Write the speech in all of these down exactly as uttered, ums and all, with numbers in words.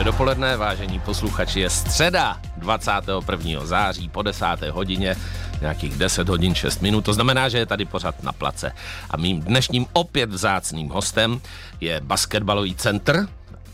Příjemné dopoledne, vážení posluchači, je středa dvacátého prvního září po desáté hodině, nějakých deset hodin šest minut, to znamená, že je tady pořad Na place. A mým dnešním opět vzácným hostem je basketbalový centr,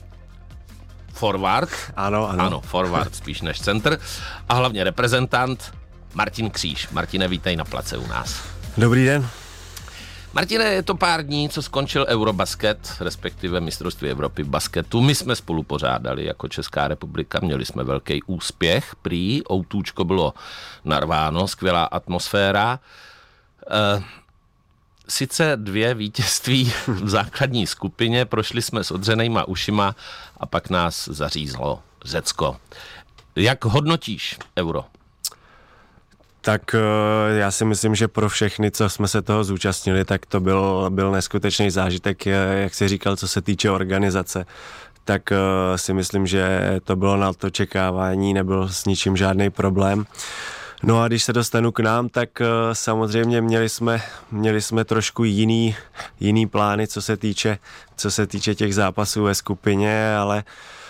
forward, ano, ano. ano, forward spíš než centr, a hlavně reprezentant Martin Kříž. Martine, vítej Na place u nás. Dobrý den. Martine, je to pár dní, co skončil Eurobasket, respektive mistrovství Evropy basketu. My jsme spolu pořádali jako Česká republika, měli jsme velký úspěch, prý, outůčko bylo narváno, skvělá atmosféra. E, sice dvě vítězství v základní skupině, prošli jsme s odřenejma ušima a pak nás zařízlo Řecko. Jak hodnotíš Euro? Tak já si myslím, že pro všechny, co jsme se toho zúčastnili, tak to byl, byl neskutečný zážitek, jak jsi říkal, co se týče organizace. Tak si myslím, že to bylo na to čekávání, nebyl s ničím žádný problém. No a když se dostanu k nám, tak samozřejmě měli jsme, měli jsme trošku jiný, jiný plány, co se týče, co se týče těch zápasů ve skupině, ale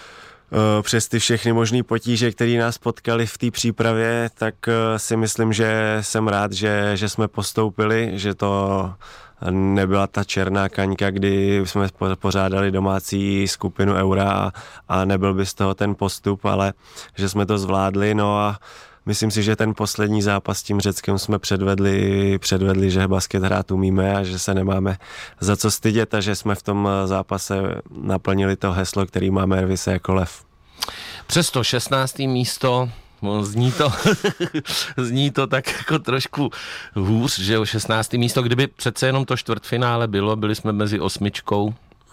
přes ty všechny možný potíže, které nás potkali v té přípravě, tak si myslím, že jsem rád, že, že jsme postoupili, že to nebyla ta černá kaňka, kdy jsme pořádali domácí skupinu Eura a, a nebyl by z toho ten postup, ale že jsme to zvládli. No a myslím si, že ten poslední zápas s tím Řeckem jsme předvedli, předvedli, že basket hrát umíme a že se nemáme za co stydět a že jsme v tom zápase naplnili to heslo, který máme rvi se jako lev. Přesto šestnácté místo, no, zní to, zní to tak jako trošku hůř, že o šestnácté místo, kdyby přece jenom to čtvrtfinále bylo, byli jsme mezi osmičkou.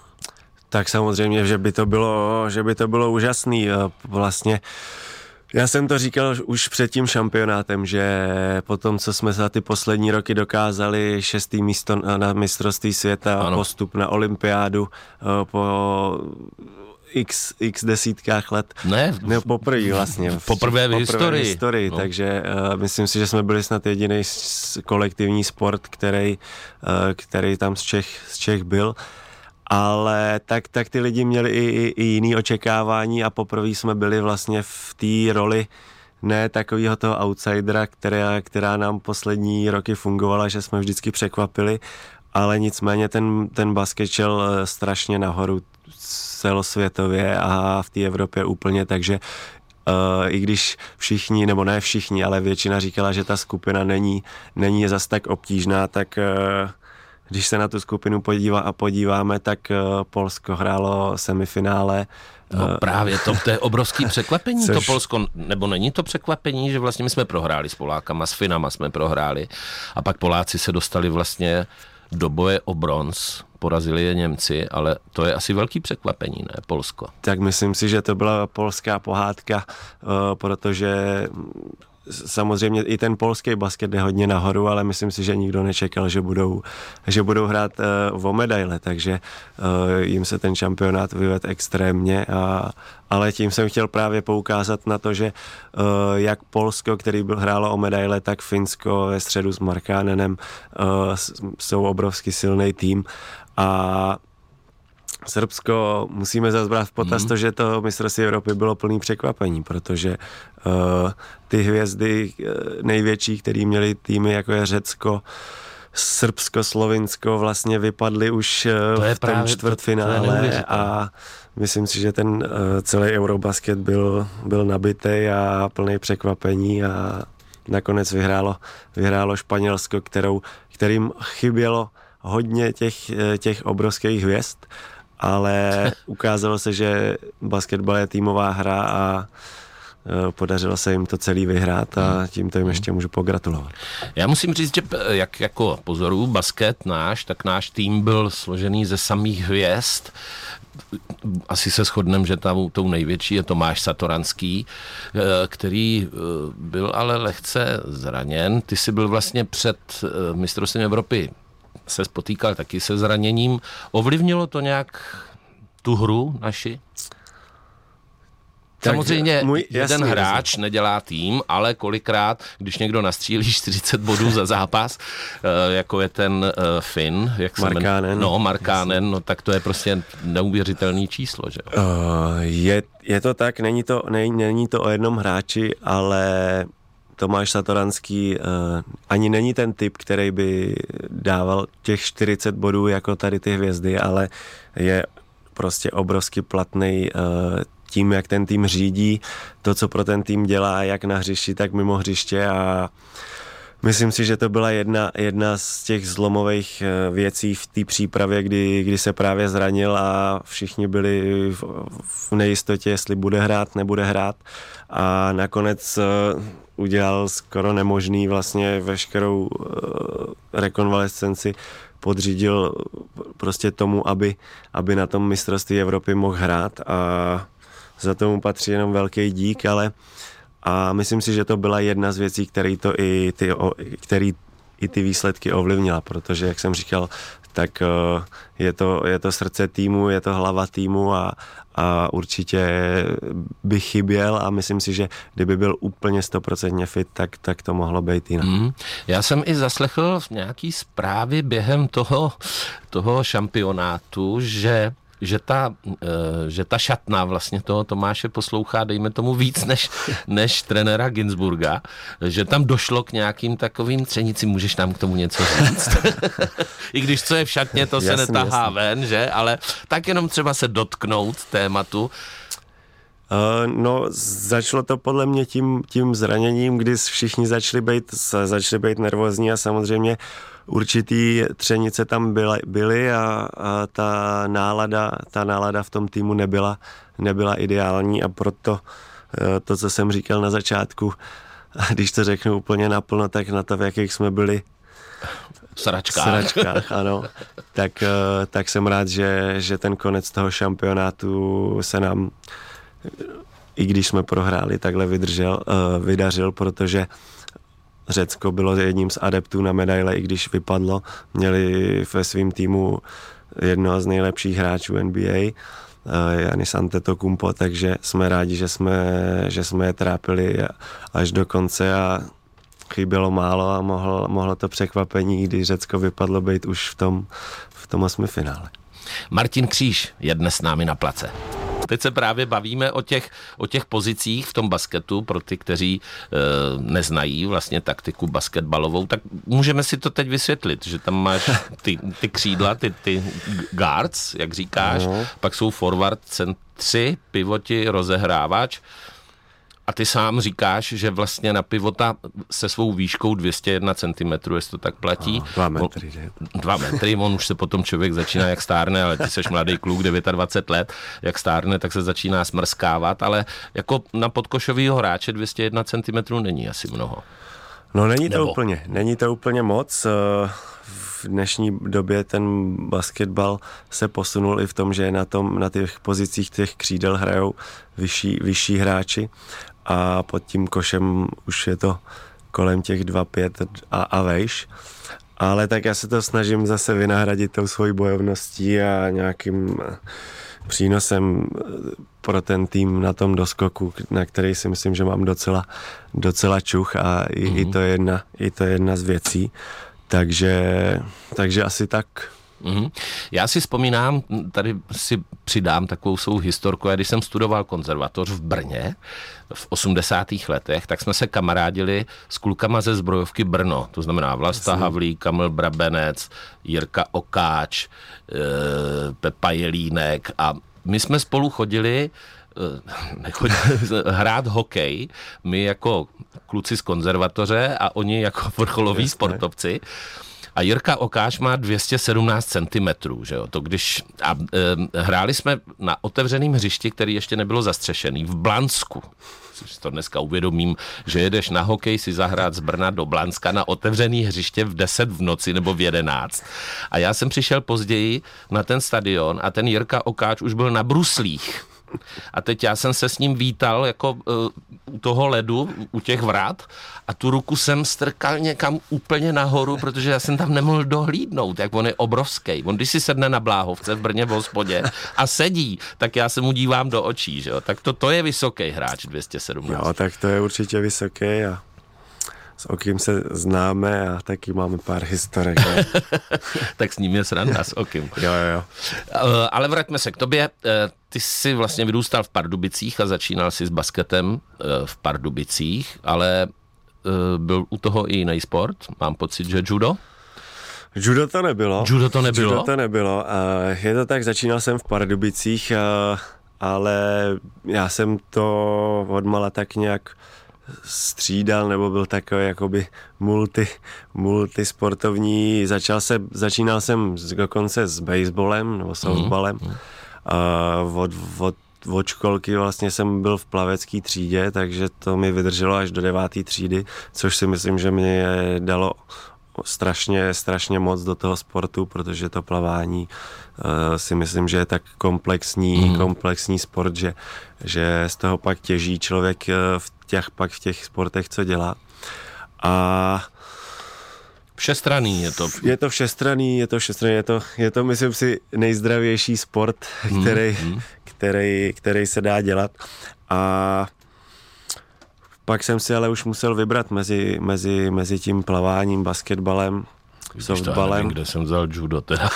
Tak samozřejmě, že by to bylo, že by to bylo úžasný. Vlastně já jsem to říkal už před tím šampionátem, že po tom, co jsme za ty poslední roky dokázali, šestý místo na mistrovství světa, ano. Postup na olympiádu po x, x desítkách let. Ne, ne poprvé vlastně. Poprvé v poprvé historii. V historii no. Takže uh, myslím si, že jsme byli snad jediný kolektivní sport, který, uh, který tam z Čech, z Čech byl. Ale tak, tak ty lidi měli i, i, i jiný očekávání a poprvé jsme byli vlastně v té roli ne takového toho outsidera, která, která nám poslední roky fungovala, že jsme vždycky překvapili, ale nicméně ten, ten basket šel strašně nahoru celosvětově a v té Evropě úplně, takže Uh, i když všichni, nebo ne všichni, ale většina říkala, že ta skupina není, není zas tak obtížná, tak uh, když se na tu skupinu podívá a podíváme, tak uh, Polsko hrálo semifinále. No uh, právě, to, to je obrovský překvapení, což... to Polsko, nebo není to překvapení, že vlastně my jsme prohráli s Polákama, s Finama jsme prohráli a pak Poláci se dostali vlastně do boje o bronz, porazili je Němci, ale to je asi velký překvapení, ne, Polsko? Tak myslím si, že to byla polská pohádka, uh, protože samozřejmě i ten polský basket jde hodně nahoru, ale myslím si, že nikdo nečekal, že budou, že budou hrát uh, o medaile, takže uh, jim se ten šampionát vyvedl extrémně, a, ale tím jsem chtěl právě poukázat na to, že uh, jak Polsko, který byl hrálo o medaile, tak Finsko ve středu s Markkanenem uh, jsou obrovsky silný tým a Srbsko musíme zase brát v potaz mm. to, že to mistrovství Evropy bylo plný překvapení, protože uh, ty hvězdy uh, největší, který měli týmy jako je Řecko, Srbsko, Slovinsko vlastně vypadly už uh, v tom čtvrtfinále a myslím si, že ten uh, celý Eurobasket byl, byl nabitý a plný překvapení a nakonec vyhrálo, vyhrálo Španělsko, kterou, kterým chybělo hodně těch, těch obrovských hvězd, ale ukázalo se, že basketbal je týmová hra a podařilo se jim to celý vyhrát a tímto jim ještě můžu pogratulovat. Já musím říct, že jak jako pozoruju basket náš, tak náš tým byl složený ze samých hvězd. Asi se shodneme, že tam tou největší je Tomáš Satoranský, který byl ale lehce zraněn. Ty jsi byl vlastně před mistrovstvím Evropy se spotýkal taky se zraněním. Ovlivnilo to nějak tu hru naši? Samozřejmě můj, jeden jasný, hráč jasný. nedělá tým, ale kolikrát, když někdo nastřílí čtyřicet bodů za zápas, jako je ten Fin, jak se jmenuje? No, Markkanen, no tak to je prostě neuvěřitelný číslo, že? Uh, je, Je to tak, není to, ne, není to o jednom hráči, ale Tomáš Satoranský uh, ani není ten typ, který by dával těch čtyřicet bodů jako tady ty hvězdy, ale je prostě obrovsky platný uh, tím, jak ten tým řídí, to, co pro ten tým dělá, jak na hřišti, tak mimo hřiště a myslím si, že to byla jedna, jedna z těch zlomových věcí v té přípravě, kdy, kdy se právě zranil a všichni byli v, v nejistotě, jestli bude hrát, nebude hrát a nakonec udělal skoro nemožný vlastně veškerou rekonvalescenci, podřídil prostě tomu, aby, aby na tom mistrovství Evropy mohl hrát a za tomu patří jenom velký dík, ale a myslím si, že to byla jedna z věcí, který to i ty, který i ty výsledky ovlivnila, protože, jak jsem říkal, tak je to, je to srdce týmu, je to hlava týmu a, a určitě by chyběl a myslím si, že kdyby byl úplně stoprocentně fit, tak, tak to mohlo být jinak. Mm. Já jsem i zaslechl nějaký zprávy během toho, toho šampionátu, že Že ta, že ta šatna vlastně toho Tomáše poslouchá, dejme tomu víc než, než trenéra Ginzburga, že tam došlo k nějakým takovým třenicím, můžeš nám k tomu něco říct? I když co je v šatně, to se jasný, netahá jasný. ven, že? Ale tak jenom třeba se dotknout tématu. Uh, no, začalo to podle mě tím, tím zraněním, kdy všichni začali být, začali být nervózní a samozřejmě určitý třenice tam byly, byly a, a ta nálada, ta nálada v tom týmu nebyla, nebyla ideální a proto to, co jsem říkal na začátku, když to řeknu úplně naplno, tak na to, v jakých jsme byli v sračkách, sračkách ano, tak, tak jsem rád, že, že ten konec toho šampionátu se nám, i když jsme prohráli, takhle vydržel, vydařil, protože Řecko bylo jedním z adeptů na medaile, i když vypadlo. Měli ve svém týmu jednoho z nejlepších hráčů N B A, Giannis Antetokounmpo, takže jsme rádi, že jsme, že jsme je trápili až do konce a chybělo málo a mohlo, mohlo to překvapení, když Řecko vypadlo být už v tom, v tom osmifinále. Martin Kříž je dnes s námi na place. Teď se právě bavíme o těch, o těch pozicích v tom basketu pro ty, kteří e, neznají vlastně taktiku basketbalovou, tak můžeme si to teď vysvětlit, že tam máš ty, ty křídla, ty, ty guards, jak říkáš, no. Pak jsou forward, centři, pivoti, rozehrávač. A ty sám říkáš, že vlastně na pivota se svou výškou dvě stě jedna centimetrů, jestli to tak platí. No, dva metry, že? Dva metry, on už se potom člověk začíná jak stárne, ale ty seš mladý kluk, dvacet devět let, jak stárne, tak se začíná smrskávat, ale jako na podkošovýho hráče dvě stě jedna centimetrů není asi mnoho. No není to Nebo? úplně, není to úplně moc. V dnešní době ten basketbal se posunul i v tom, že na tom, na těch pozicích těch křídel hrajou vyšší, vyšší hráči a pod tím košem už je to kolem těch dva pět a, a vejš. Ale tak já se to snažím zase vynahradit tou svojí bojovností a nějakým přínosem pro ten tým na tom doskoku, na který si myslím, že mám docela, docela čuch a i, mm-hmm. i, to je jedna, i to je jedna z věcí. Takže, takže asi tak. Mm-hmm. Já si vzpomínám, tady si přidám takovou svou historku, když jsem studoval konzervatoř v Brně v osmdesátých letech, tak jsme se kamarádili s klukama ze zbrojovky Brno, to znamená Vlasta Jasný. Havlík, Kamil Brabenec, Jirka Okáč, e, Pepa Jelínek a my jsme spolu chodili hrát hokej, my jako kluci z konzervatoře a oni jako vrcholoví Jasně. sportovci. A Jirka Okáč má dvě stě sedmnáct centimetrů, že jo, to když, a e, hráli jsme na otevřeném hřišti, který ještě nebylo zastřešený, v Blansku. Si to dneska uvědomím, že jedeš na hokej si zahrát z Brna do Blanska na otevřený hřiště v deset v noci nebo v jedenáct. A já jsem přišel později na ten stadion a ten Jirka Okáč už byl na bruslích. A teď já jsem se s ním vítal jako uh, u toho ledu, u těch vrat a tu ruku jsem strkal někam úplně nahoru, protože já jsem tam nemohl dohlídnout, jak on je obrovský. On když si sedne na Bláhovce v Brně v hospodě a sedí, tak já se mu dívám do očí, že jo. Tak to, to je vysoký hráč dvě stě sedmnáct. Jo, tak to je určitě vysoký a s Okim se známe a taky máme pár historek. Tak s ním je sranda, s Okim. Jo, jo, jo. Ale vraťme se k tobě. Ty jsi vlastně vyrůstal v Pardubicích a začínal si s basketem v Pardubicích, ale byl u toho i jiný sport. Mám pocit, že judo? Judo to nebylo. Judo to nebylo? Judo to nebylo. Je to tak, začínal jsem v Pardubicích, ale já jsem to odmala tak nějak střídal, nebo byl takový jakoby multi, multisportovní. Začal se, začínal jsem dokonce s baseballem nebo softballem. Mm. Uh, od, od, od školky vlastně jsem byl v plavecké třídě, takže to mi vydrželo až do deváté třídy, což si myslím, že mě dalo strašně, strašně moc do toho sportu, protože to plavání uh, si myslím, že je tak komplexní, mm. komplexní sport, že, že z toho pak těží člověk uh, v těch, pak v těch sportech, co dělá. A všestranný je to. Je to všestranný, je to všestranný, je to, je to myslím si nejzdravější sport, který, mm. který, který se dá dělat. A pak jsem si ale už musel vybrat mezi, mezi, mezi tím plaváním, basketbalem, softballem. Nevím, kde jsem vzal judo teda.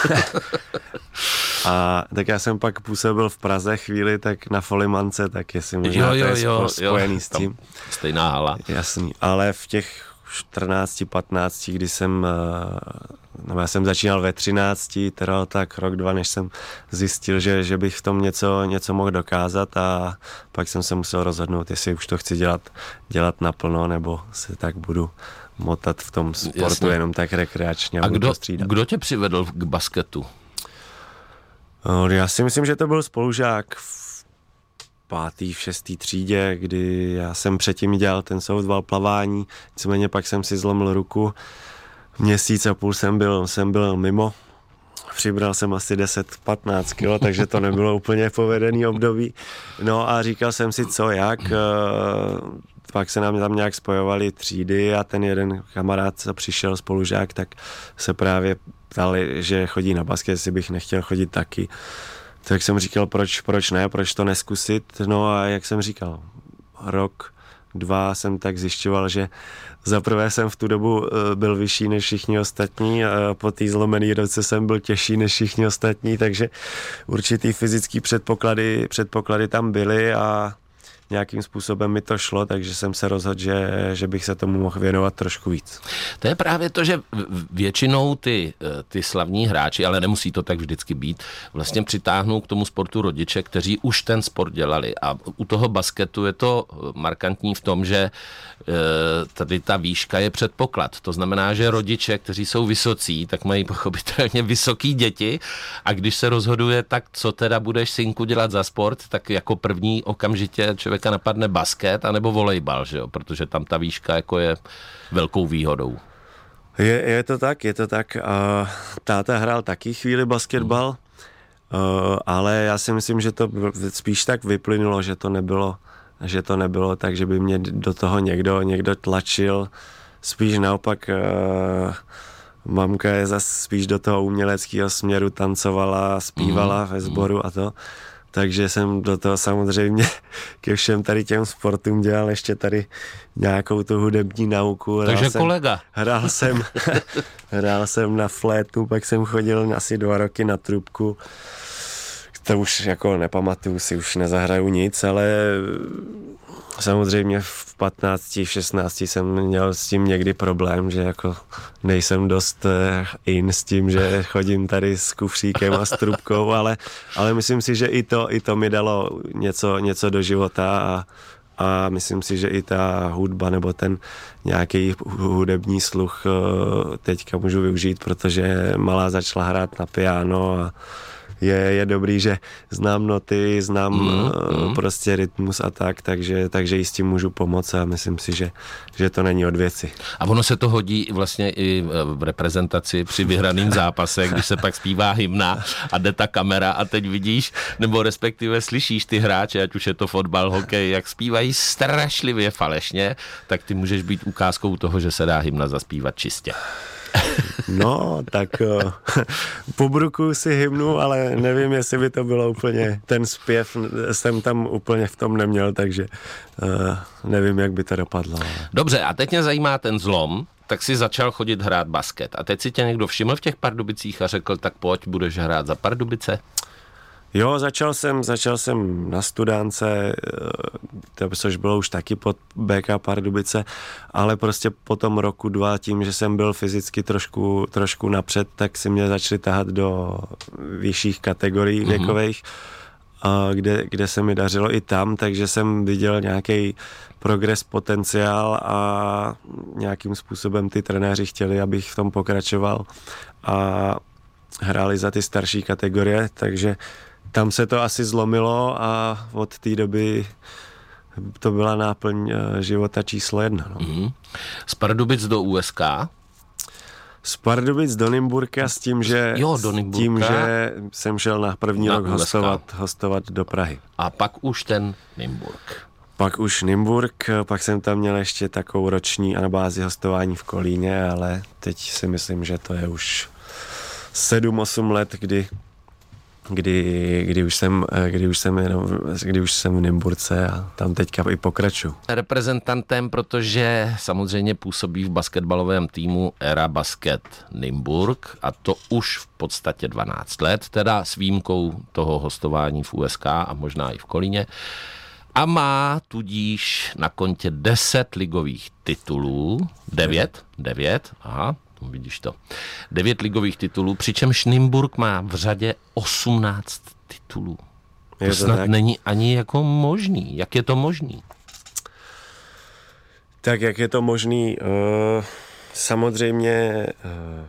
A tak já jsem pak působil v Praze chvíli, tak na Folimance, tak jestli možná jo, jo, to je jo, spojený jo, s tím. Stejná hala. Jasný, ale v těch čtrnácti, patnácti, kdy jsem, no já jsem začínal ve třinácti, teda tak rok, dva, než jsem zjistil, že, že bych v tom něco, něco mohl dokázat a pak jsem se musel rozhodnout, jestli už to chci dělat, dělat naplno, nebo se tak budu motat v tom sportu. Jasně. Jenom tak rekreačně. A kdo, kdo tě přivedl k basketu? Já si myslím, že to byl spolužák v pátý, v šestý třídě, kdy já jsem předtím dělal ten softball, plavání, nicméně pak jsem si zlomil ruku. Měsíc a půl jsem byl, jsem byl mimo. Přibral jsem asi deset patnáct kilo, takže to nebylo úplně povedený období. No a říkal jsem si, co, jak. Pak se nám tam nějak spojovaly třídy a ten jeden kamarád, co přišel, spolužák, tak se právě ptali, že chodí na basket, jestli bych nechtěl chodit taky. Tak jsem říkal, proč, proč ne, proč to neskusit. No a jak jsem říkal, rok, dva jsem tak zjišťoval, že zaprvé jsem v tu dobu byl vyšší než všichni ostatní a po té zlomené roce jsem byl těžší než všichni ostatní, takže určitý fyzický předpoklady, předpoklady tam byly a nějakým způsobem mi to šlo, takže jsem se rozhodl, že, že bych se tomu mohl věnovat trošku víc. To je právě to, že většinou ty, ty slavní hráči, ale nemusí to tak vždycky být, vlastně přitáhnou k tomu sportu rodiče, kteří už ten sport dělali. A u toho basketu je to markantní v tom, že tady ta výška je předpoklad. To znamená, že rodiče, kteří jsou vysocí, tak mají pochopitelně vysoký děti a když se rozhoduje, tak co teda budeš, synku, dělat za sport, tak jako první okamžitě člověka napadne basket anebo volejbal, že jo? Protože tam ta výška jako je velkou výhodou. Je, je to tak, je to tak. Uh, táta hrál taky chvíli basketbal, uh, ale já si myslím, že to spíš tak vyplynulo, že to nebylo že to nebylo tak, že by mě do toho někdo, někdo tlačil. Spíš naopak uh, mamka je zase spíš do toho uměleckého směru tancovala, zpívala mm. ve sboru a to. Takže jsem do toho samozřejmě ke všem tady těm sportům dělal ještě tady nějakou tu hudební nauku. Takže jsem, kolega. Hrál jsem, hrál jsem na flétnu, pak jsem chodil asi dva roky na trubku. To už jako nepamatuju si, už nezahraju nic, ale samozřejmě v patnácti, v šestnácti jsem měl s tím někdy problém, že jako nejsem dost in s tím, že chodím tady s kufříkem a s trubkou, ale, ale myslím si, že i to, i to mi dalo něco, něco do života a, a myslím si, že i ta hudba nebo ten nějaký hudební sluch teďka můžu využít, protože malá začala hrát na piano a Je, je dobrý, že znám noty, znám mm, mm. prostě rytmus a tak, takže, takže i s tím můžu pomoct a myslím si, že, že to není od věci. A ono se to hodí vlastně i v reprezentaci při vyhraným zápase, když se pak zpívá hymna a jde ta kamera a teď vidíš, nebo respektive slyšíš ty hráče, ať už je to fotbal, hokej, jak zpívají strašlivě falešně, tak ty můžeš být ukázkou toho, že se dá hymna zaspívat čistě. No, tak uh, pobrukuju si hymnu, ale nevím, jestli by to bylo úplně, ten zpěv jsem tam úplně v tom neměl, takže uh, nevím, jak by to dopadlo. Ale... Dobře, a teď mě zajímá ten zlom, tak si začal chodit hrát basket. A teď si tě někdo všiml v těch Pardubicích a řekl, tak pojď, budeš hrát za Pardubice? Jo, začal jsem, začal jsem na Studánce, to, což bylo už taky pod bé ká Pardubice, ale prostě po tom roku dva, tím, že jsem byl fyzicky trošku, trošku napřed, tak si mě začali tahat do vyšších kategorií věkových, mm-hmm. kde, kde se mi dařilo i tam, takže jsem viděl nějaký progres, potenciál a nějakým způsobem ty trenéři chtěli, abych v tom pokračoval a hráli za ty starší kategorie, takže tam se to asi zlomilo a od té doby to byla náplň života číslo jedna. No. Mm-hmm. Z Pardubic do U S K? Z Pardubic do Nymburka s tím, že, jo, do s tím, že jsem šel na první na rok hostovat, hostovat do Prahy. A pak už ten Nymburk. Pak už Nymburk, pak jsem tam měl ještě takovou roční anabázi hostování v Kolíně, ale teď si myslím, že to je už sedm osm let, kdy Kdy, kdy, už jsem, kdy, už jsem jenom, kdy už jsem v Nymburce a tam teďka i pokračuju. Reprezentantem, protože samozřejmě působí v basketbalovém týmu Era Basket Nymburk a to už v podstatě dvanáct let, teda s výjimkou toho hostování v U S K a možná i v Kolíně. A má tudíž na kontě deset ligových titulů, devět, devět, aha, vidíš to. Devět ligových titulů, přičemž Nymburk má v řadě osmnáct titulů. To, to snad tak? Není ani jako možný. Jak je to možný? Tak jak je to možný? Uh, samozřejmě uh,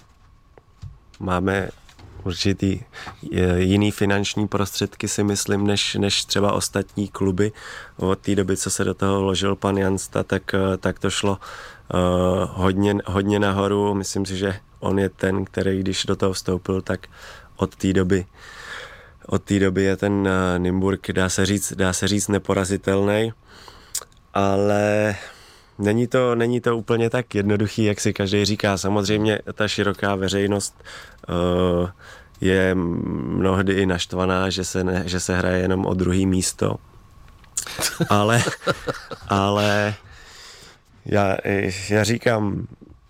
máme určitý jiný finanční prostředky, si myslím, než, než třeba ostatní kluby. Od té doby, co se do toho vložil pan Jansta, tak, tak to šlo uh, hodně, hodně nahoru. Myslím si, že on je ten, který když do toho vstoupil, tak od té doby od té doby je ten uh, Nymburk, dá se říct, dá se říct neporazitelný, ale Není to, není to úplně tak jednoduchý, jak si každý říká. Samozřejmě ta široká veřejnost uh, je mnohdy i naštvaná, že se, ne, že se hraje jenom o druhý místo. Ale, ale já, já říkám,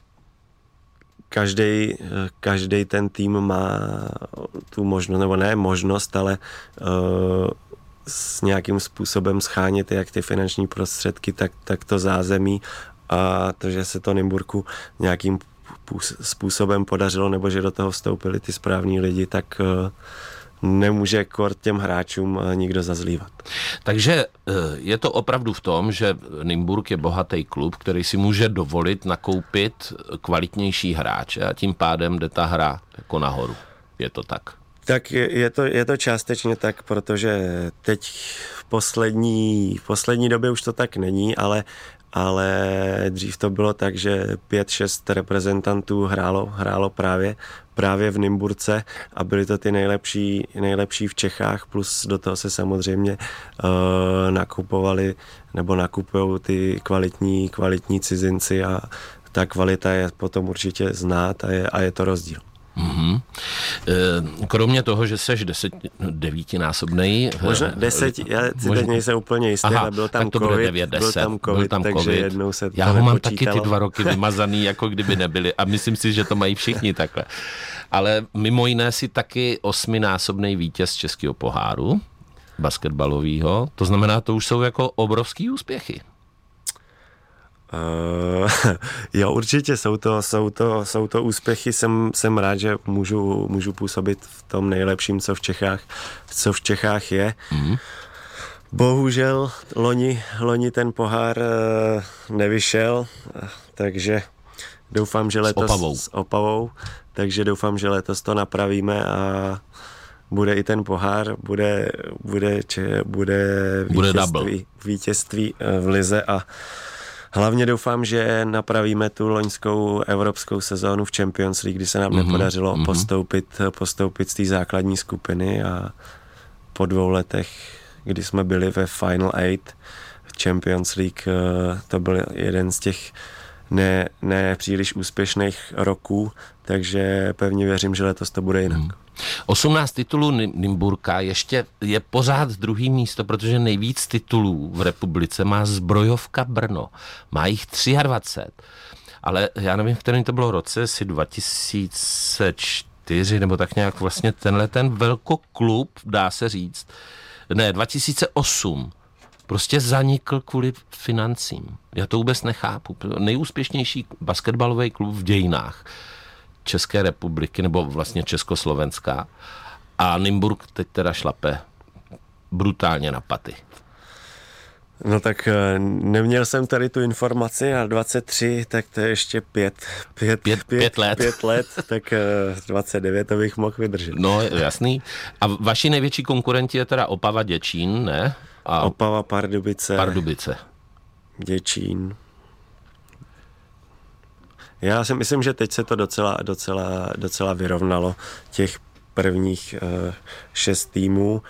každý, každý ten tým má tu možnost, nebo ne možnost, ale uh, s nějakým způsobem schánět jak ty finanční prostředky, tak, tak to zázemí a to, že se to Nymburku nějakým způsobem podařilo, nebo že do toho vstoupili ty správní lidi, tak nemůže kort těm hráčům nikdo zazlívat. Takže je to opravdu v tom, že Nymburk je bohatý klub, který si může dovolit nakoupit kvalitnější hráče a tím pádem jde ta hra jako nahoru. Je to tak? Tak je, je, to, je to částečně tak, protože teď v poslední, v poslední době už to tak není, ale, ale dřív to bylo tak, že pět, šest reprezentantů hrálo, hrálo právě, právě v Nymburce a byli to ty nejlepší, nejlepší v Čechách, plus do toho se samozřejmě uh, nakupovali nebo nakupují ty kvalitní, kvalitní cizinci a ta kvalita je potom určitě znát a je, a je to rozdíl. Mm-hmm. Kromě toho, že seš deset, devítinásobnej... Možná deset, já si teď nejsem úplně jistý, ale byl tam to covid, devět, deset, byl tam covid, byl tam takže COVID. Jednou se já ho mám taky ty dva roky vymazaný, jako kdyby nebyly a myslím si, že to mají všichni takhle. Ale mimo jiné si taky osminásobnej vítěz Českého poháru basketbalového, to znamená, to už jsou jako obrovský úspěchy. Uh, jo, určitě jsou to, jsou to, jsou to úspěchy. Jsem, jsem rád, že můžu, můžu působit v tom nejlepším, co v Čechách, co v Čechách je. Mm-hmm. Bohužel loni, loni ten pohár uh, nevyšel, takže doufám, že letos... S Opavou. S Opavou. Takže doufám, že letos to napravíme a bude i ten pohár, bude, bude, če, bude, bude vítězství, vítězství v lize a hlavně doufám, že napravíme tu loňskou evropskou sezónu v Champions League, kdy se nám mm-hmm, nepodařilo mm-hmm. postoupit, postoupit z té základní skupiny a po dvou letech, kdy jsme byli ve Final Eight Champions League, to byl jeden z těch ne, ne příliš úspěšných roků, takže pevně věřím, že letos to bude jinak. Hmm. osmnáct titulů Nymburka ještě je pořád druhý místo, protože nejvíc titulů v republice má Zbrojovka Brno. Má jich dvacet tři. Ale já nevím, v kterém to bylo roce, asi dva tisíce čtyři nebo tak nějak vlastně tenhle ten velkoklub, dá se říct, ne, dva tisíce osm, prostě zanikl kvůli financím. Já to vůbec nechápu. Nejúspěšnější basketbalový klub v dějinách České republiky, nebo vlastně Československá. A Nymburk teď teda šlape brutálně na paty. No tak neměl jsem tady tu informaci a dvacet tři, tak to je ještě pět, pět, pět, pět, pět let. Pět let, tak dvacet devět to bych mohl vydržet. No jasný. A vaši největší konkurenti je teda Opava, Děčín, ne? A Opava, Pardubice. Pardubice. Děčín. Já si myslím, že teď se to docela, docela, docela vyrovnalo těch prvních uh, šest týmů,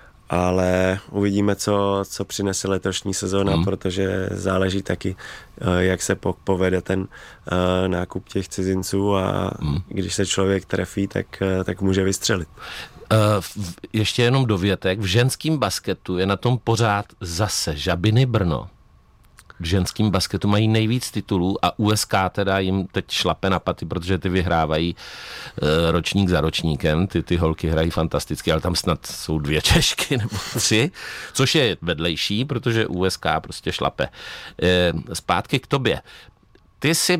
ale uvidíme, co, co přinese letošní sezóna, hmm. protože záleží taky, uh, jak se po, povede ten uh, nákup těch cizinců a hmm. když se člověk trefí, tak, uh, tak může vystřelit. Uh, ještě jenom dovětek, v ženském basketu je na tom pořád zase Žabiny Brno. V ženském basketu mají nejvíc titulů a U S K teda jim teď šlape na paty, protože ty vyhrávají uh, ročník za ročníkem, ty, ty holky hrají fantasticky, ale tam snad jsou dvě Češky nebo tři, což je vedlejší, protože U S K prostě šlape. Uh, zpátky k tobě. Ty jsi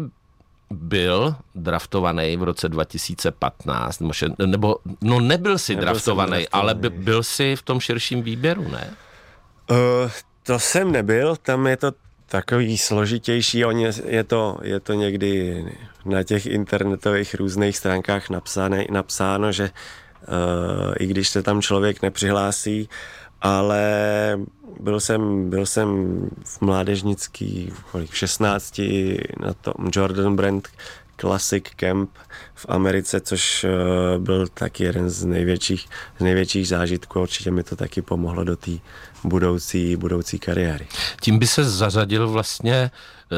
byl draftovaný v roce dva tisíce patnáct, nebo no nebyl jsi nebyl draftovaný, draftovaný, ale by, byl jsi v tom širším výběru, ne? Uh, to jsem nebyl, tam je to takový složitější, on je, je, to, je to někdy na těch internetových různých stránkách napsané, napsáno, že uh, i když se tam člověk nepřihlásí, ale byl jsem, byl jsem v mládežnický v šestnácti na tom Jordan Brand Classic Camp v Americe, což uh, byl taky jeden z největších, z největších zážitků. Určitě mi to taky pomohlo do té budoucí, budoucí kariéry. Tím by se zařadil vlastně e,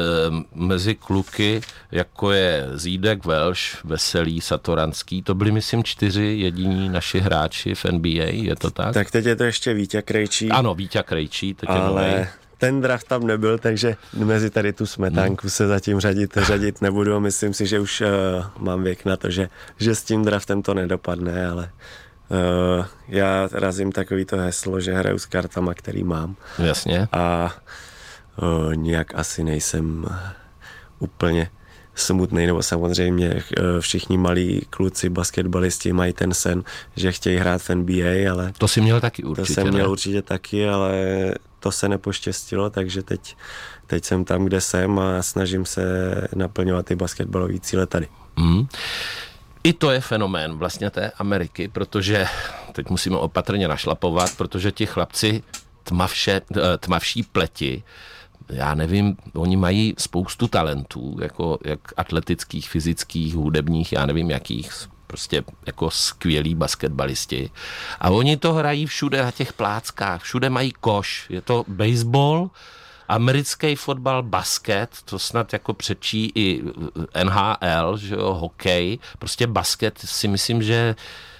mezi kluky, jako je Zídek, Welsh, Veselý, Satoranský. To byli, myslím, čtyři jediní naši hráči v N B A, je to tak? Tak teď je to ještě Víťa Krejčí. Ano, Víťa Krejčí, teď ale... je novej. Ten draft tam nebyl, takže mezi tady tu smetánku hmm. se zatím řadit, řadit nebudu. Myslím si, že už uh, mám věk na to, že, že s tím draftem to nedopadne, ale uh, já razím takovýto heslo, že hraju s kartama, který mám. Jasně. A uh, nijak asi nejsem úplně smutný, nebo samozřejmě uh, všichni malí kluci, basketbalisti mají ten sen, že chtějí hrát v N B A, ale... To jsi měl taky určitě, To jsem měl ne? určitě taky, ale to se nepoštěstilo, takže teď, teď jsem tam, kde jsem a snažím se naplňovat ty basketbalové cíle tady. Mm. I to je fenomén vlastně té Ameriky, protože teď musíme opatrně našlapovat, protože ti chlapci tmavše, tmavší pleti, já nevím, oni mají spoustu talentů, jako jak atletických, fyzických, hudebních, já nevím jakých, prostě jako skvělí basketbalisti. A oni to hrají všude na těch pláckách, všude mají koš. Je to baseball, americký fotbal, basket, to snad jako přečí i N H L, že jo, hokej. Prostě basket si myslím, že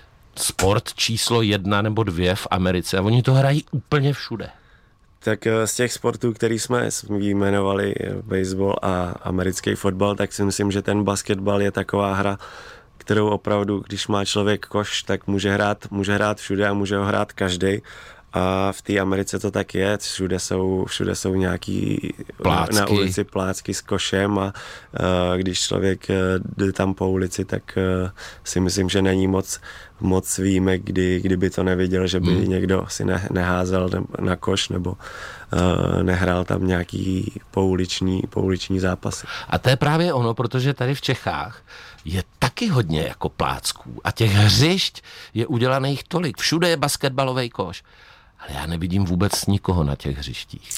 sport číslo jedna nebo dvě v Americe. A oni to hrají úplně všude. Tak z těch sportů, který jsme vyjmenovali, baseball a americký fotbal, tak si myslím, že ten basketbal je taková hra, kterou opravdu, když má člověk koš, tak může hrát, může hrát všude a může ho hrát každej. A v té Americe to tak je, všude jsou, všude jsou nějaký plácky. Na ulici plácky s košem a uh, když člověk uh, jde tam po ulici, tak uh, si myslím, že není moc, moc výjimek, kdy, kdyby to neviděl, že by hmm. někdo si ne, neházel na koš nebo uh, nehrál tam nějaký pouliční, pouliční zápasy. A to je právě ono, protože tady v Čechách je taky hodně jako plácků a těch hřišť je udělaných tolik. Všude je basketbalový koš. Ale já nevidím vůbec nikoho na těch hřištích.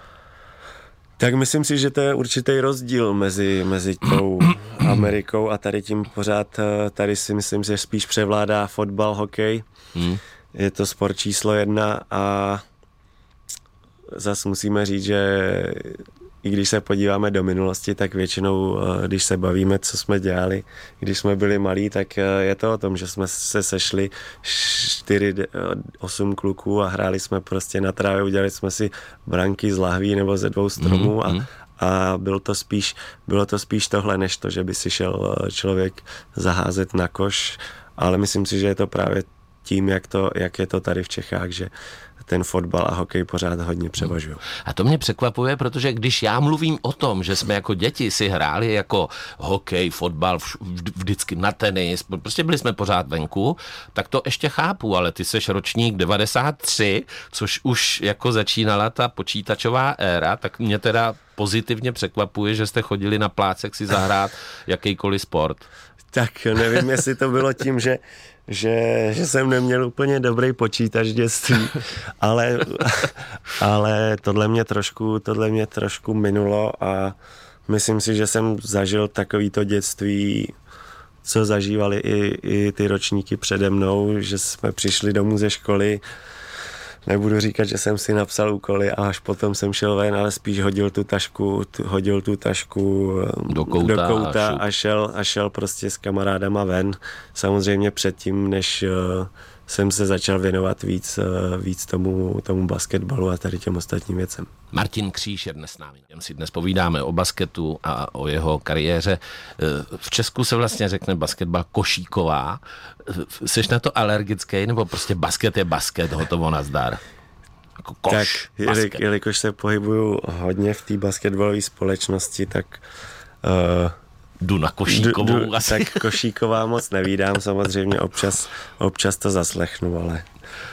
Tak myslím si, že to je určitý rozdíl mezi, mezi tou Amerikou a tady tím pořád, tady si myslím, že spíš převládá fotbal, hokej. Hmm. Je to sport číslo jedna a zas musíme říct, že i když se podíváme do minulosti, tak většinou, když se bavíme, co jsme dělali, když jsme byli malí, tak je to o tom, že jsme se sešli čtyři, osm kluků a hráli jsme prostě na trávě, udělali jsme si branky z lahví nebo ze dvou stromů a, a bylo to spíš, bylo to spíš tohle, než to, že by si šel člověk zaházet na koš, ale myslím si, že je to právě tím, jak, to, jak je to tady v Čechách, že ten fotbal a hokej pořád hodně převažují. A to mě překvapuje, protože když já mluvím o tom, že jsme jako děti si hráli jako hokej, fotbal, vždycky na tenis, prostě byli jsme pořád venku, tak to ještě chápu, ale ty seš ročník devadesát tři, což už jako začínala ta počítačová éra, tak mě teda pozitivně překvapuje, že jste chodili na plácek si zahrát jakýkoliv sport. Tak nevím, jestli to bylo tím, že Že, že jsem neměl úplně dobrý počítač v dětství, ale, ale tohle mě trošku, tohle mě trošku minulo a myslím si, že jsem zažil takovýto dětství, co zažívali i, i ty ročníky přede mnou, že jsme přišli domů ze školy. Nebudu říkat, že jsem si napsal úkoly a až potom jsem šel ven, ale spíš hodil tu tašku, tu, hodil tu tašku do kouta, do kouta a, a, šel, a šel prostě s kamarádama ven. Samozřejmě předtím, než uh, jsem se začal věnovat víc, uh, víc tomu, tomu basketbalu a tady těm ostatním věcem. Martin Kříž je dnes s námi. Jen si dnes povídáme o basketu a o jeho kariéře. V Česku se vlastně řekne basketbal košíková. Jsi na to alergický, nebo prostě basket je basket, hotovo nazdar? Jako koš, tak, basket. Jelikož se pohybuju hodně v té basketbalové společnosti, tak uh, jdu na košíkovou jdu, jdu, asi. Tak košíková moc nevídám, samozřejmě občas, občas to zaslechnu, ale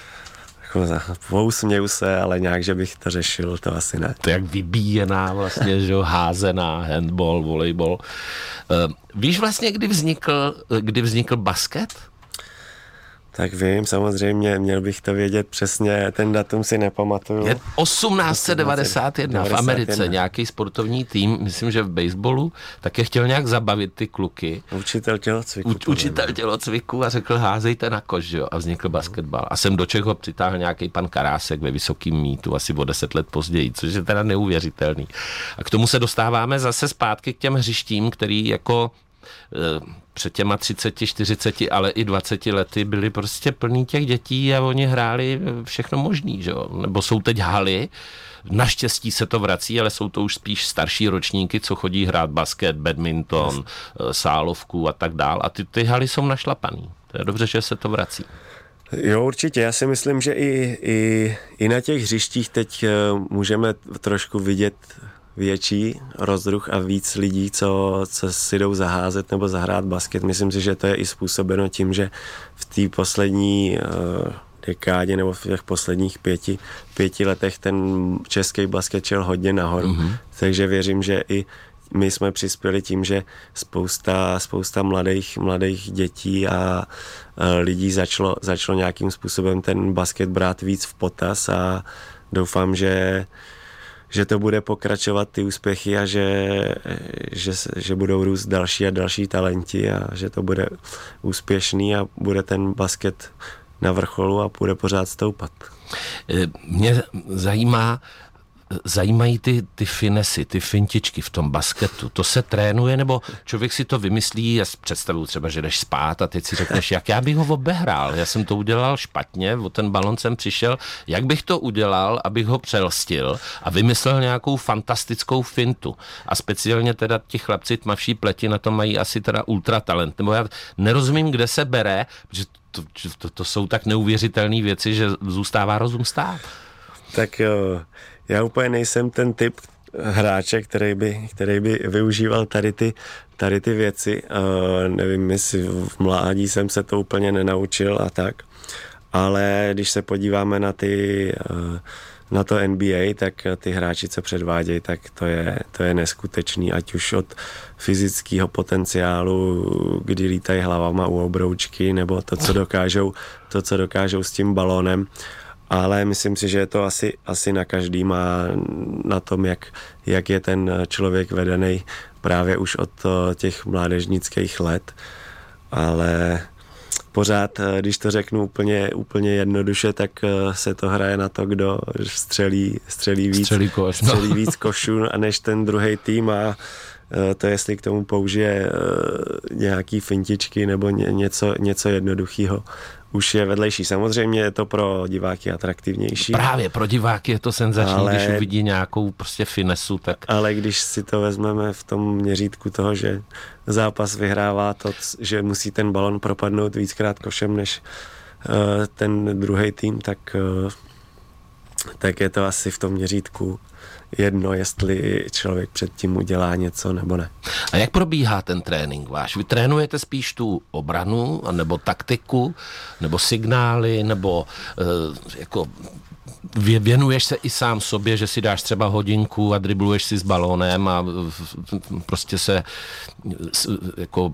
pousměju se, ale nějak, že bych to řešil, to asi ne. To jak vybíjená vlastně, že jo, házená, handball, volejbal. Uh, víš vlastně, kdy vznikl, kdy vznikl basket? Tak vím, samozřejmě, měl bych to vědět přesně, ten datum si nepamatuju. Je osmnáct set devadesát jedna v Americe, nějaký sportovní tým, myslím, že v baseballu, tak je chtěl nějak zabavit ty kluky. Učitel tělocviku. U, učitel tělocviku a řekl, házejte na koš, jo, a vznikl basketbal. A sem do Čech ho přitáhl nějaký pan Karásek ve Vysokým Mítu, asi o deset let později, což je teda neuvěřitelný. A k tomu se dostáváme zase zpátky k těm hřištím, který jako před těma třiceti, čtyřiceti, ale i dvaceti lety byli prostě plný těch dětí a oni hráli všechno možný, že jo? Nebo jsou teď haly, naštěstí se to vrací, ale jsou to už spíš starší ročníky, co chodí hrát basket, badminton, sálovku a tak dál a ty, ty haly jsou našlapaný. To je dobře, že se to vrací. Jo, určitě. Já si myslím, že i, i, i na těch hřištích teď můžeme trošku vidět větší rozruch a víc lidí, co, co si jdou zaházet nebo zahrát basket. Myslím si, že to je i způsobeno tím, že v té poslední uh, dekádě nebo v těch posledních pěti, pěti letech ten český basket šel hodně nahoru. Mm-hmm. Takže věřím, že i my jsme přispěli tím, že spousta, spousta mladých, mladých dětí a uh, lidí začalo, začalo nějakým způsobem ten basket brát víc v potaz a doufám, že že to bude pokračovat ty úspěchy a že, že, že budou růst další a další talenti a že to bude úspěšný a bude ten basket na vrcholu a bude pořád stoupat. Mě zajímá, zajímají ty, ty finesy, ty fintičky v tom basketu. To se trénuje, nebo člověk si to vymyslí, já si představuju třeba, že jdeš spát a teď si řekneš, jak já bych ho obehrál. Já jsem to udělal špatně, o ten balon jsem přišel, jak bych to udělal, abych ho přelstil a vymyslel nějakou fantastickou fintu. A speciálně teda ti chlapci tmavší pleti na to mají asi teda ultratalent. Nebo já nerozumím, kde se bere, protože to, to, to jsou tak neuvěřitelné věci, že zůstává rozum stát. Tak jo, já úplně nejsem ten typ hráče, který by, který by využíval tady ty, tady ty věci. Uh, nevím, jestli v mládí jsem se to úplně nenaučil a tak, ale když se podíváme na ty uh, na to N B A, tak ty hráči, co předvádějí, tak to je, to je neskutečný, ať už od fyzického potenciálu, kdy lítají hlavama u obroučky, nebo to, co dokážou, to, co dokážou s tím balónem. Ale myslím si, že je to asi, asi na každým a na tom, jak, jak je ten člověk vedený právě už od těch mládežnických let. Ale pořád, když to řeknu úplně, úplně jednoduše, tak se to hraje na to, kdo střelí, střelí víc, střelí koš, no. střelí víc košů než ten druhý tým a to, jestli k tomu použije nějaký fintičky nebo něco, něco jednoduchého, už je vedlejší. Samozřejmě je to pro diváky atraktivnější. Právě pro diváky je to senzační, ale, když uvidí nějakou prostě finesu. Tak... Ale když si to vezmeme v tom měřítku toho, že zápas vyhrává to, že musí ten balon propadnout víckrát košem než uh, ten druhý tým, tak, uh, tak je to asi v tom měřítku jedno, jestli člověk předtím udělá něco nebo ne. A jak probíhá ten trénink váš? Vy trénujete spíš tu obranu, nebo taktiku, nebo signály, nebo uh, jako věnuješ se i sám sobě, že si dáš třeba hodinku a dribluješ si s balónem a prostě se jako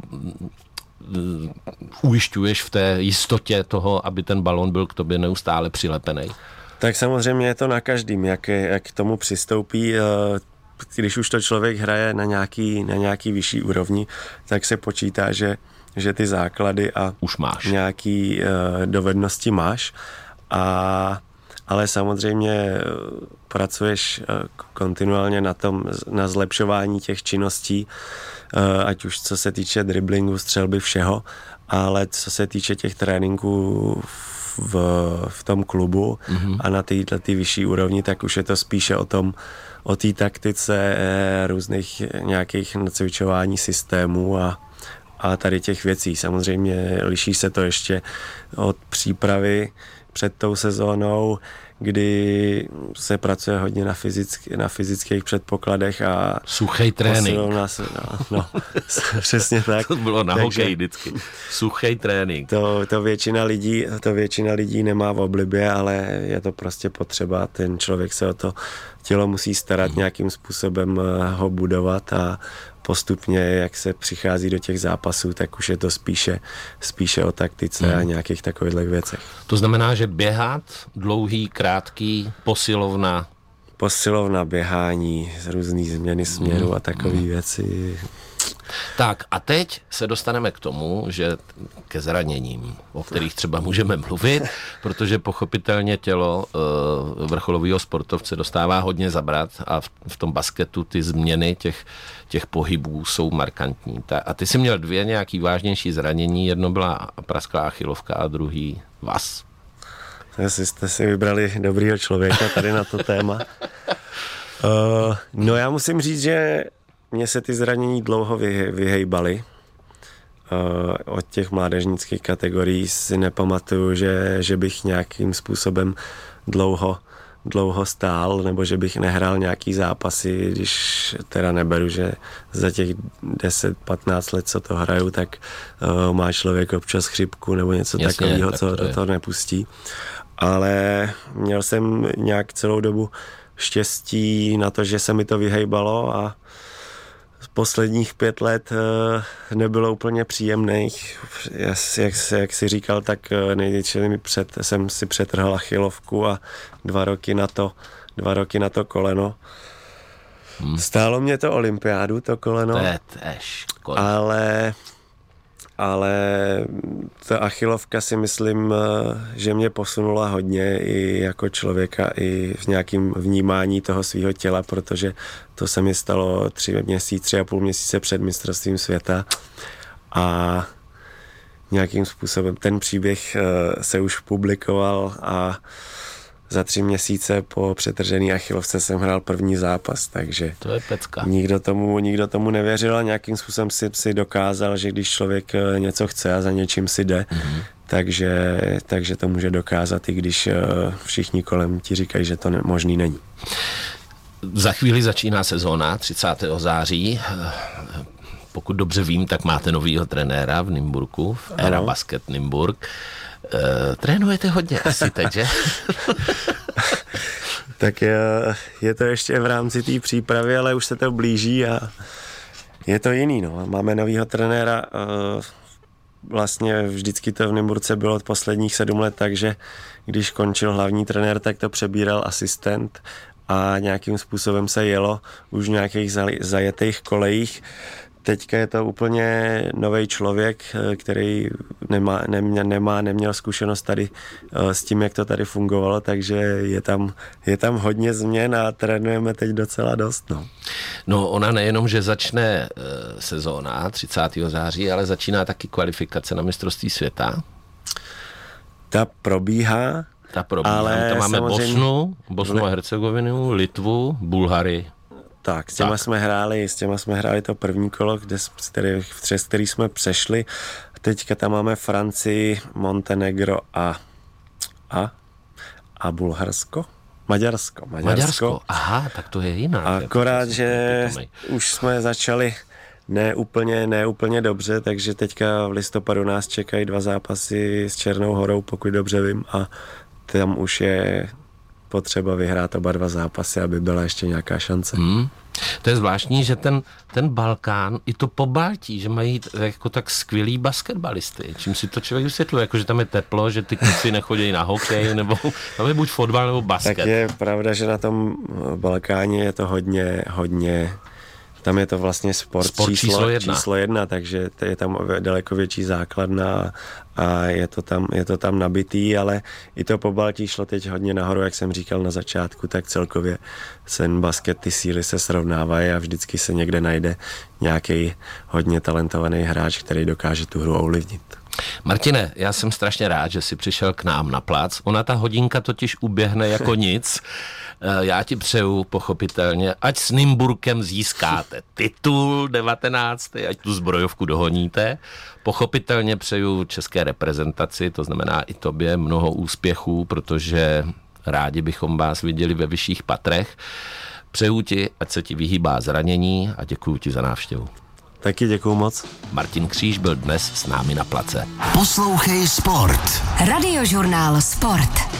ujišťuješ v té jistotě toho, aby ten balón byl k tobě neustále přilepený? Tak samozřejmě je to na každým, jak, jak k tomu přistoupí. Když už to člověk hraje na nějaký, na nějaký vyšší úrovni, tak se počítá, že, že ty základy a už máš. Nějaký dovednosti máš. A, ale samozřejmě pracuješ kontinuálně na tom, na zlepšování těch činností, ať už co se týče driblingu, střelby, všeho, ale co se týče těch tréninků v, v tom klubu mm-hmm. a na této ty vyšší úrovni, tak už je to spíše o tom, o té taktice různých nějakých nacvičování systémů a, a tady těch věcí. Samozřejmě liší se to ještě od přípravy před tou sezónou, kdy se pracuje hodně na, fyzick, na fyzických předpokladech a suchej trénink. Nás, no, no, přesně tak. To bylo na hokej vždycky. Suchej trénink. To, to, většina lidí, to většina lidí nemá v oblibě, ale je to prostě potřeba. Ten člověk se o to tělo musí starat, hmm. nějakým způsobem ho budovat a postupně, jak se přichází do těch zápasů, tak už je to spíše, spíše o taktice hmm. a nějakých takových věcech. To znamená, že běhat, dlouhý, krátký, posilovna? Posilovna, běhání, různý změny směru hmm. a takové hmm. věci. Tak a teď se dostaneme k tomu, že ke zraněním, o kterých třeba můžeme mluvit, protože pochopitelně tělo e, vrcholového sportovce dostává hodně zabrat a v, v tom basketu ty změny těch, těch pohybů jsou markantní. Ta, a ty jsi měl dvě nějaký vážnější zranění, jedno byla prasklá achilovka a druhý vaz. Jestli jste si vybrali dobrýho člověka tady na to téma. Uh, no já musím říct, že mně se ty zranění dlouho vyhejbaly. Uh, od těch mládežnických kategorií si nepamatuju, že, že bych nějakým způsobem dlouho, dlouho stál, nebo že bych nehrál nějaký zápasy, když teda neberu, že za těch deset patnáct let, co to hraju, tak uh, má člověk občas chřipku nebo něco Jasně, takového, tak co to, to nepustí. Ale měl jsem nějak celou dobu štěstí na to, že se mi to vyhejbalo a posledních pět let nebylo úplně příjemných. Jak, jak si říkal, tak největší mi před, jsem si přetrhal achilovku a dva roky na to, dva roky na to koleno. Hmm. Stálo mě to olympiádu, to koleno. To je tež, ale, ale ta achilovka si myslím, že mě posunula hodně i jako člověka, i v nějakém vnímání toho svého těla, protože to se mi stalo tři měsíce, tři a půl měsíce před mistrovstvím světa a nějakým způsobem ten příběh se už publikoval a za tři měsíce po přetržený achilovce jsem hrál první zápas, takže to je pecka. Nikdo tomu, nikdo tomu nevěřil a nějakým způsobem si, si dokázal, že když člověk něco chce a za něčím si jde, mm-hmm. takže, takže to může dokázat, i když všichni kolem ti říkají, že to ne, možný není. Za chvíli začíná sezóna, třicátého září. Pokud dobře vím, tak máte novýho trenéra v Nymburku, v Era Basket Nymburk. Uh, trénujete hodně asi teď, že? Tak je, je to ještě v rámci té přípravy, ale už se to blíží a je to jiný. No. Máme novýho trenéra, uh, vlastně vždycky to v Nymburce bylo od posledních sedm let, takže když končil hlavní trenér, tak to přebíral asistent a nějakým způsobem se jelo už v nějakých zajetých kolejích teďka je to úplně nový člověk, který nemá, nemě, nemá, neměl zkušenost tady s tím, jak to tady fungovalo, takže je tam, je tam hodně změn a trénujeme teď docela dost. No, no ona nejenom, že začne e, sezóna třicátého září, ale začíná taky kvalifikace na mistrovství světa. Ta probíhá. Ta probíhá. Ale tam máme samozřejmě... Bosnu, Bosnu a Hercegovinu, Litvu, Bulhary. Tak, s těma tak. jsme hráli, s těma jsme hráli to první kolo, kde, který, přes který jsme přešli. Teďka tam máme Francii, Montenegro a a, a Bulharsko? Maďarsko, Maďarsko. Maďarsko, aha, tak to je jiná. Akorát, že už jsme začali ne úplně, ne úplně dobře, takže teďka v listopadu nás čekají dva zápasy s Černou Horou, pokud dobře vím, a tam už je potřeba vyhrát oba dva zápasy, aby byla ještě nějaká šance. Hmm. To je zvláštní, že ten, ten Balkán, i to Pobaltí, že mají jako tak skvělý basketbalisty. Čím si to člověk vysvětluje? Jako, že tam je teplo, že ty kluci nechodí na hokej, nebo tam je buď fotbal, nebo basket. Tak je pravda, že na tom Balkáně je to hodně, hodně tam je to vlastně sport, sport číslo, číslo, jedna. číslo jedna, takže je tam daleko větší základna a je to tam, je to tam nabitý, ale i to Pobaltí šlo teď hodně nahoru, jak jsem říkal na začátku, tak celkově ten basket, ty síly se srovnávají a vždycky se někde najde nějaký hodně talentovaný hráč, který dokáže tu hru ovlivnit. Martine, já jsem strašně rád, že jsi přišel k nám na plac. Ona ta hodinka totiž uběhne jako nic. Já ti přeju pochopitelně, ať s Nymburkem získáte titul devatenáctý, ať tu zbrojovku dohoníte. Pochopitelně přeju české reprezentaci, to znamená i tobě mnoho úspěchů, protože rádi bychom vás viděli ve vyšších patrech. Přeju ti, ať se ti vyhýbá zranění a děkuju ti za návštěvu. Taky děkuju moc. Martin Kříž byl dnes s námi na place. Poslouchej Sport. Radiožurnál Sport.